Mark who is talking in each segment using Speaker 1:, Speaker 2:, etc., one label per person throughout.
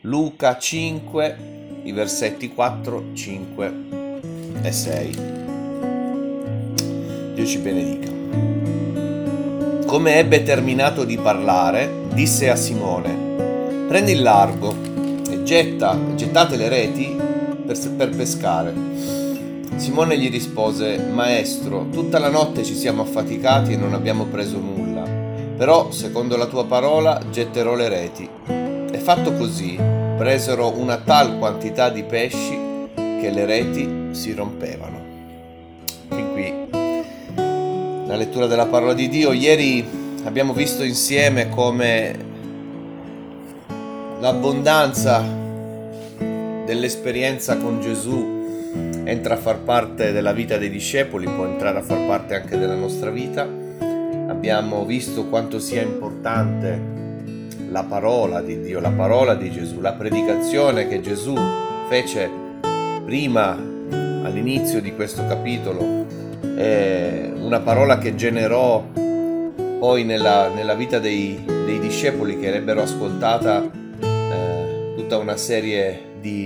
Speaker 1: Luca 5, i versetti 4, 5 e 6. Dio ci benedica. Come ebbe terminato di parlare, disse a Simone: prendi il largo e gettate le reti per pescare. Simone gli rispose: Maestro, tutta la notte ci siamo affaticati e non abbiamo preso nulla, però secondo la tua parola getterò le reti. E fatto così, presero una tal quantità di pesci che le reti si rompevano. Fin qui la lettura della parola di Dio. Ieri abbiamo visto insieme come l'abbondanza dell'esperienza con Gesù entra a far parte della vita dei discepoli, può entrare a far parte anche della nostra vita. Abbiamo visto quanto sia importante la parola di Dio, la parola di Gesù, la predicazione che Gesù fece prima all'inizio di questo capitolo, una parola che generò poi nella vita dei discepoli, che avrebbero ascoltata tutta una serie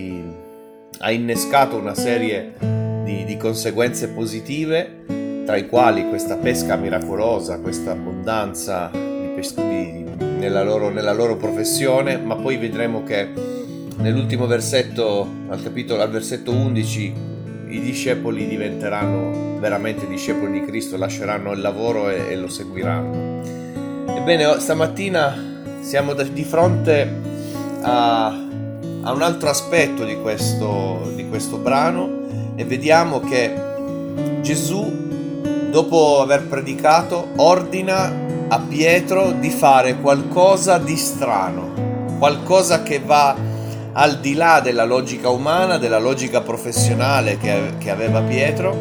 Speaker 1: ha innescato una serie di conseguenze positive, tra i quali questa pesca miracolosa, questa abbondanza nella loro professione. Ma poi vedremo che nell'ultimo versetto, al versetto 11, i discepoli diventeranno veramente discepoli di Cristo, lasceranno il lavoro e lo seguiranno. Ebbene, stamattina siamo di fronte a un altro aspetto di questo brano, e vediamo che Gesù, dopo aver predicato, ordina a Pietro di fare qualcosa di strano, qualcosa che va al di là della logica umana, della logica professionale che aveva Pietro.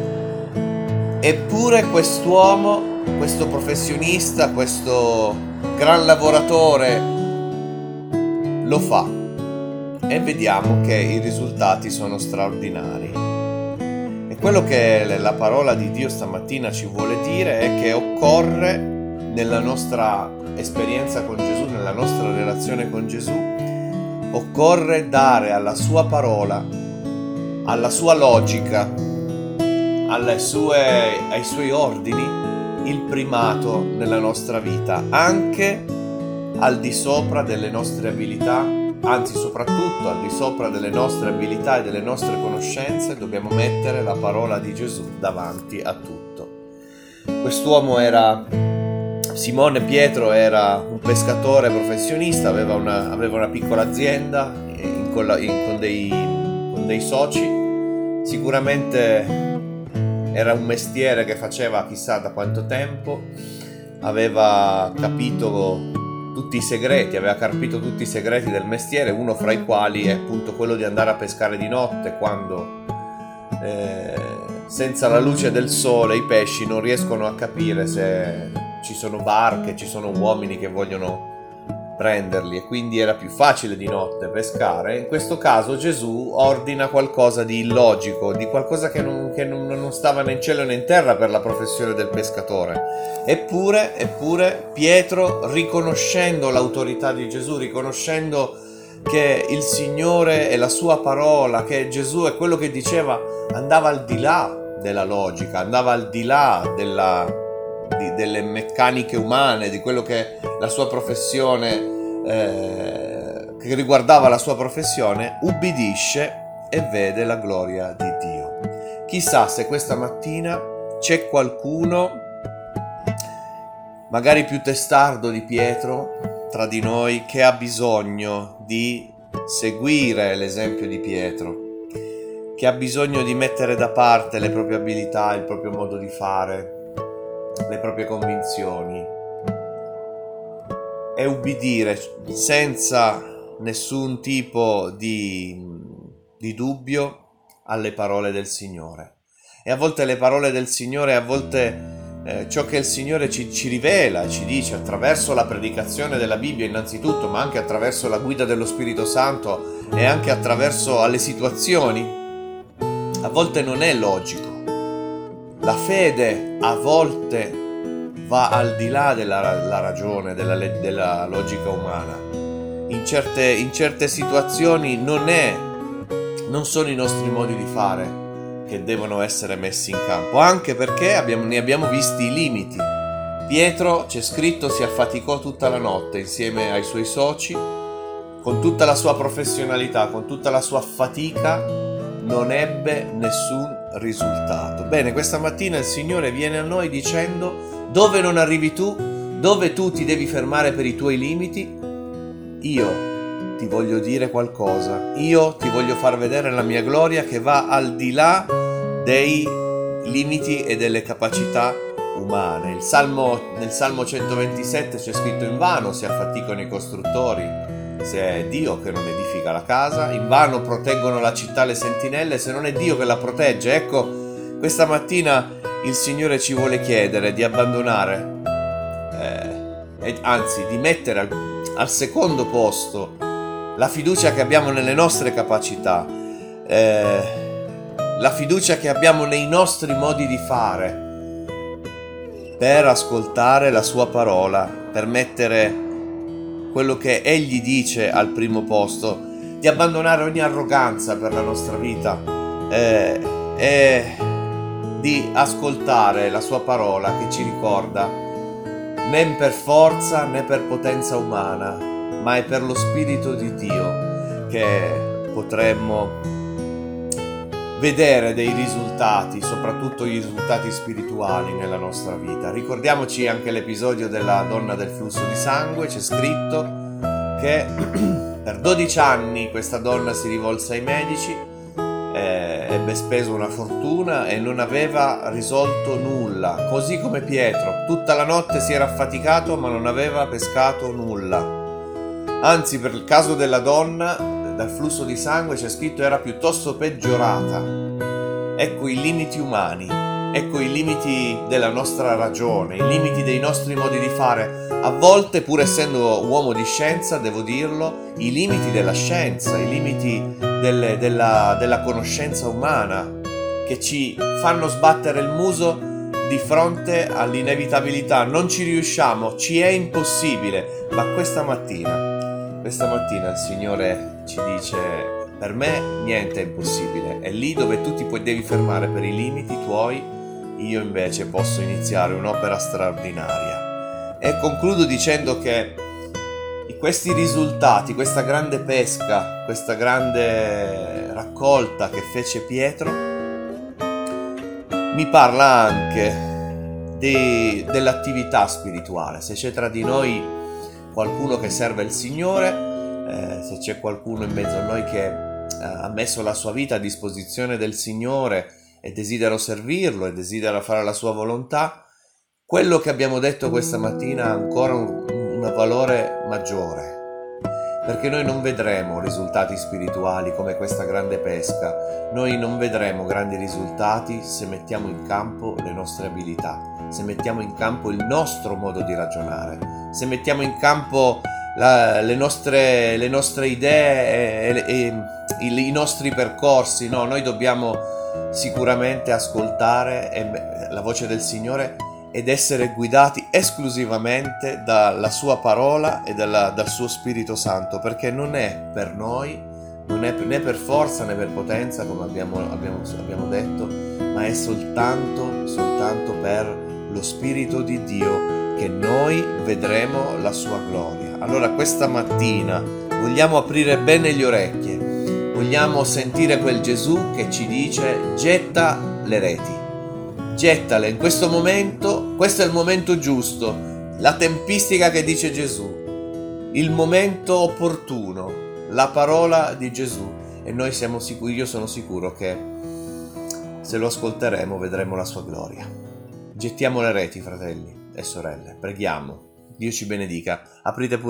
Speaker 1: Eppure quest'uomo, questo professionista, questo gran lavoratore lo fa, e vediamo che i risultati sono straordinari. E quello che la parola di Dio stamattina ci vuole dire è che occorre, nella nostra esperienza con Gesù, nella nostra relazione con Gesù, occorre dare alla sua parola, alla sua logica, ai suoi ordini, il primato nella nostra vita, anche al di sopra delle nostre abilità. Anzi, soprattutto al di sopra delle nostre abilità e delle nostre conoscenze, dobbiamo mettere la parola di Gesù davanti a tutto. Quest'uomo Simone Pietro era un pescatore professionista, aveva una piccola azienda con dei soci. Sicuramente era un mestiere che faceva chissà da quanto tempo, aveva capito tutti i segreti, aveva carpito tutti i segreti del mestiere, uno fra i quali è appunto quello di andare a pescare di notte, quando senza la luce del sole i pesci non riescono a capire se ci sono barche, ci sono uomini che vogliono prenderli, e quindi era più facile di notte pescare. In questo caso Gesù ordina qualcosa di illogico, di qualcosa che non stava né in cielo né in terra per la professione del pescatore. Eppure Pietro, riconoscendo l'autorità di Gesù, riconoscendo che il Signore e la sua parola, che Gesù è quello che diceva, andava al di là della logica, andava al di là delle meccaniche umane, di quello che la sua professione, che riguardava la sua professione, ubbidisce e vede la gloria di Dio. Chissà se questa mattina c'è qualcuno, magari più testardo di Pietro, tra di noi, che ha bisogno di seguire l'esempio di Pietro, che ha bisogno di mettere da parte le proprie abilità, il proprio modo di fare, le proprie convinzioni, e ubbidire senza nessun tipo di dubbio alle parole del Signore. E a volte le parole del Signore, a volte ciò che il Signore ci rivela, ci dice attraverso la predicazione della Bibbia innanzitutto, ma anche attraverso la guida dello Spirito Santo e anche attraverso alle situazioni, a volte non è logico. La fede a volte va al di là della ragione, della logica umana. in certe situazioni non sono i nostri modi di fare che devono essere messi in campo, anche perché ne abbiamo visti i limiti. Pietro, c'è scritto, si affaticò tutta la notte insieme ai suoi soci, con tutta la sua professionalità, con tutta la sua fatica, non ebbe nessun risultato. Bene, questa mattina il Signore viene a noi dicendo: dove non arrivi tu, dove tu ti devi fermare per i tuoi limiti, io ti voglio dire qualcosa, io ti voglio far vedere la mia gloria che va al di là dei limiti e delle capacità umane. Nel Salmo 127 c'è scritto: invano si affaticano i costruttori, se è Dio che non edifica la casa, invano proteggono la città le sentinelle, se non è Dio che la protegge. Ecco, questa mattina il Signore ci vuole chiedere di abbandonare, anzi di mettere al secondo posto la fiducia che abbiamo nelle nostre capacità, la fiducia che abbiamo nei nostri modi di fare, per ascoltare la sua parola, per mettere quello che Egli dice al primo posto, di abbandonare ogni arroganza per la nostra vita e di ascoltare la sua parola che ci ricorda: né per forza né per potenza umana, ma è per lo Spirito di Dio che potremmo vedere dei risultati, soprattutto i risultati spirituali nella nostra vita. Ricordiamoci anche l'episodio della donna del flusso di sangue. C'è scritto che per 12 anni questa donna si rivolse ai medici, ebbe speso una fortuna e non aveva risolto nulla, così come Pietro. Tutta la notte si era affaticato ma non aveva pescato nulla. Anzi, per il caso della donna dal flusso di sangue c'è scritto era piuttosto peggiorata. Ecco i limiti umani, ecco i limiti della nostra ragione, i limiti dei nostri modi di fare. A volte, pur essendo uomo di scienza, devo dirlo, i limiti della scienza, i limiti della conoscenza umana, che ci fanno sbattere il muso di fronte all'inevitabilità. Non ci riusciamo, ci è impossibile, ma questa mattina il Signore ci dice: per me niente è impossibile, è lì dove tu devi fermare per i limiti tuoi, io invece posso iniziare un'opera straordinaria. E concludo dicendo che questi risultati, questa grande pesca, questa grande raccolta che fece Pietro, mi parla anche dell'attività spirituale. Se c'è tra di noi qualcuno che serve il Signore, se c'è qualcuno in mezzo a noi che ha messo la sua vita a disposizione del Signore e desidera servirlo e desidera fare la sua volontà, quello che abbiamo detto questa mattina ha ancora un valore maggiore, perché noi non vedremo risultati spirituali come questa grande pesca, noi non vedremo grandi risultati se mettiamo in campo le nostre abilità, se mettiamo in campo il nostro modo di ragionare, se mettiamo in campo le nostre idee e i nostri percorsi. No, noi dobbiamo sicuramente ascoltare la voce del Signore ed essere guidati esclusivamente dalla sua parola e dal suo Spirito Santo, perché non è per noi, non è né per forza né per potenza, come abbiamo detto, ma è soltanto per lo Spirito di Dio che noi vedremo la sua gloria. Allora questa mattina vogliamo aprire bene le orecchie, vogliamo sentire quel Gesù che ci dice: getta le reti, gettale in questo momento, questo è il momento giusto, la tempistica che dice Gesù, il momento opportuno, la parola di Gesù, e noi siamo sicuri, io sono sicuro che se lo ascolteremo vedremo la sua gloria. Gettiamo le reti, fratelli e sorelle, preghiamo. Dio ci benedica. Aprite pure